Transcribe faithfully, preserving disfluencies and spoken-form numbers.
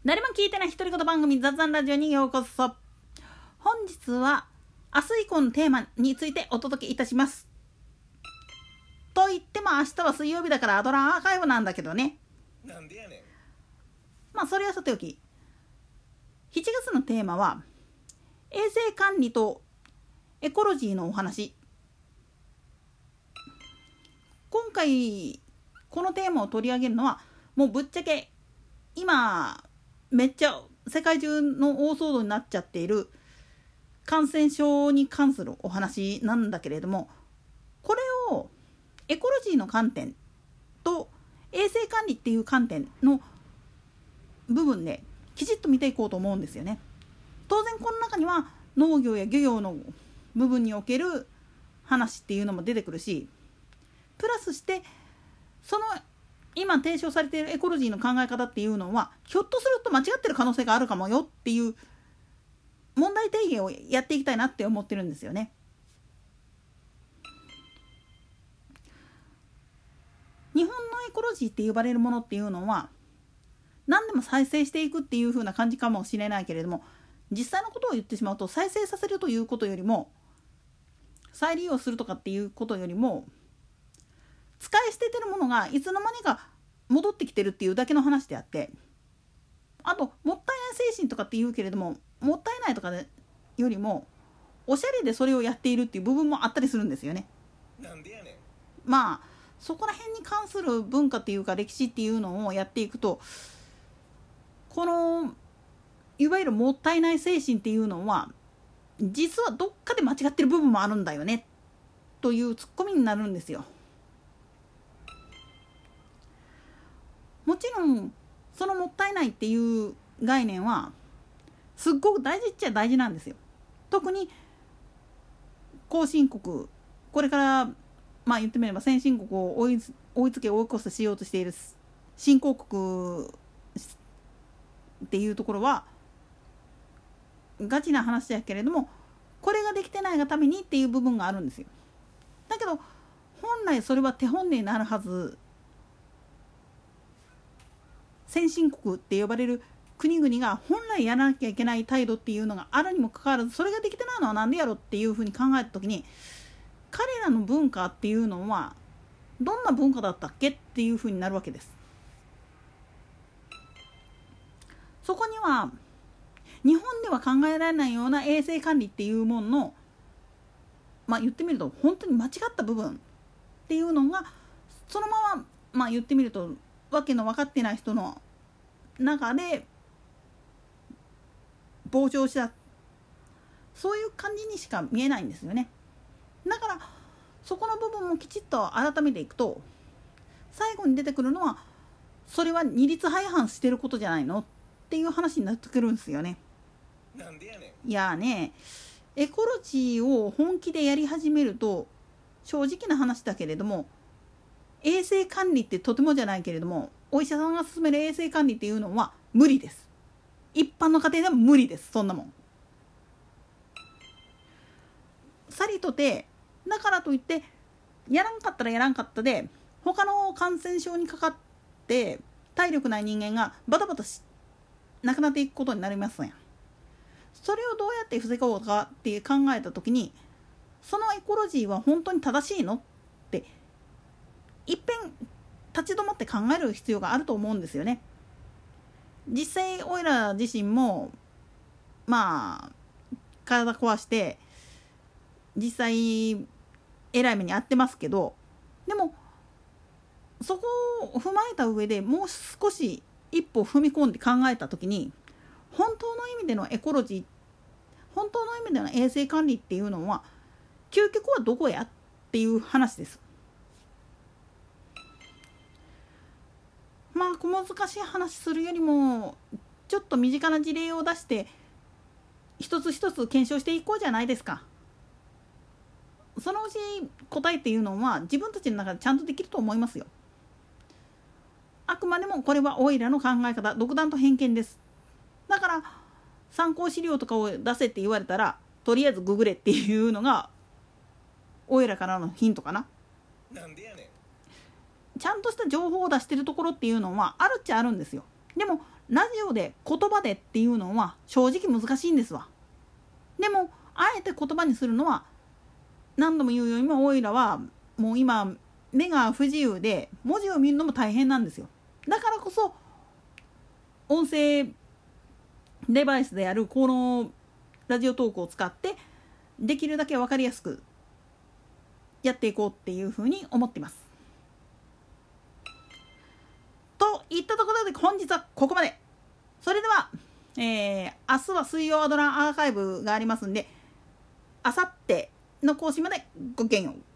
誰も聞いてない独り言番組雑談ラジオにようこそ。本日は明日以降のテーマについてお届けいたします。と言っても明日は水曜日だからアドラーアーカイブなんだけどね。 なんでやねん。 まあそれはさておき、しちがつのテーマは衛生管理とエコロジーのお話。今回このテーマを取り上げるのはもうぶっちゃけ今めっちゃ世界中の大騒動になっちゃっている感染症に関するお話なんだけれども、これをエコロジーの観点と衛生管理っていう観点の部分できちっと見ていこうと思うんですよね。当然この中には農業や漁業の部分における話っていうのも出てくるし、プラスしてその今提唱されているエコロジーの考え方っていうのはひょっとすると間違ってる可能性があるかもよっていう問題提言をやっていきたいなって思ってるんですよね。日本のエコロジーって呼ばれるものっていうのは何でも再生していくっていう風な感じかもしれないけれども、実際のことを言ってしまうと再生させるということよりも再利用するとかっていうことよりも使い捨ててるものがいつの間にか戻ってきてるっていうだけの話であって、あともったいない精神とかって言うけれども、もったいないとかよりもおしゃれでそれをやっているっていう部分もあったりするんですよね。 なんでやねん。 まあそこら辺に関する文化っていうか歴史っていうのをやっていくと、このいわゆるもったいない精神っていうのは実はどっかで間違ってる部分もあるんだよねというツッコミになるんですよ。もちろんそのもったいないっていう概念はすっごく大事っちゃ大事なんですよ。特に後進国、これからまあ言ってみれば先進国を追い追いつけ追い越せしようとしている新興国っていうところはガチな話だけれども、これができてないがためにっていう部分があるんですよ。だけど本来それは手本になるはず、先進国って呼ばれる国々が本来やらなきゃいけない態度っていうのがあるにもかかわらず、それができてないのはなんでやろっていうふうに考えた時に、彼らの文化っていうのはどんな文化だったっけっていうふうになるわけです。そこには日本では考えられないような衛生管理っていうものの、まあ言ってみると本当に間違った部分っていうのがそのまま、まあ言ってみるとわけの分かってない人の中で膨張した、そういう感じにしか見えないんですよね。だからそこの部分もきちっと改めていくと、最後に出てくるのはそれは二律背反してることじゃないのっていう話になってくるんですよね。 なんでやねん。いやね、エコロジーを本気でやり始めると正直な話だけれども、衛生管理ってとてもじゃないけれどもお医者さんが勧める衛生管理っていうのは無理です。一般の家庭でも無理です。そんなもんさりとて、だからといってやらんかったらやらんかったで他の感染症にかかって体力ない人間がバタバタし亡くなっていくことになりますやん。それをどうやって防ごうかって考えた時に、そのエコロジーは本当に正しいのっていっぺん立ち止まって考える必要があると思うんですよね。実際オイラ自身もまあ体壊して実際えらい目に遭ってますけど、でもそこを踏まえた上でもう少し一歩踏み込んで考えた時に、本当の意味でのエコロジー、本当の意味での衛生管理っていうのは究極はどこやっていう話です。まあ小難しい話するよりもちょっと身近な事例を出して一つ一つ検証していこうじゃないですか。そのうち答えっていうのは自分たちの中でちゃんとできると思いますよ。あくまでもこれはオイラの考え方、独断と偏見です。だから参考資料とかを出せって言われたらとりあえずググれっていうのがオイラからのヒントかな。 なんでやねん。 ちゃんとした情報を出してるところっていうのはあるっちゃあるんですよ。でもラジオで言葉でっていうのは正直難しいんですわ。でもあえて言葉にするのは、何度も言うようにもおいらはもう今目が不自由で文字を見るのも大変なんですよ。だからこそ音声デバイスであるこのラジオトークを使ってできるだけ分かりやすくやっていこうっていうふうに思っています。といったところで本日はここまで。それでは、えー、明日は水曜アドランアーカイブがありますんで、あさっての更新までごきげんよう。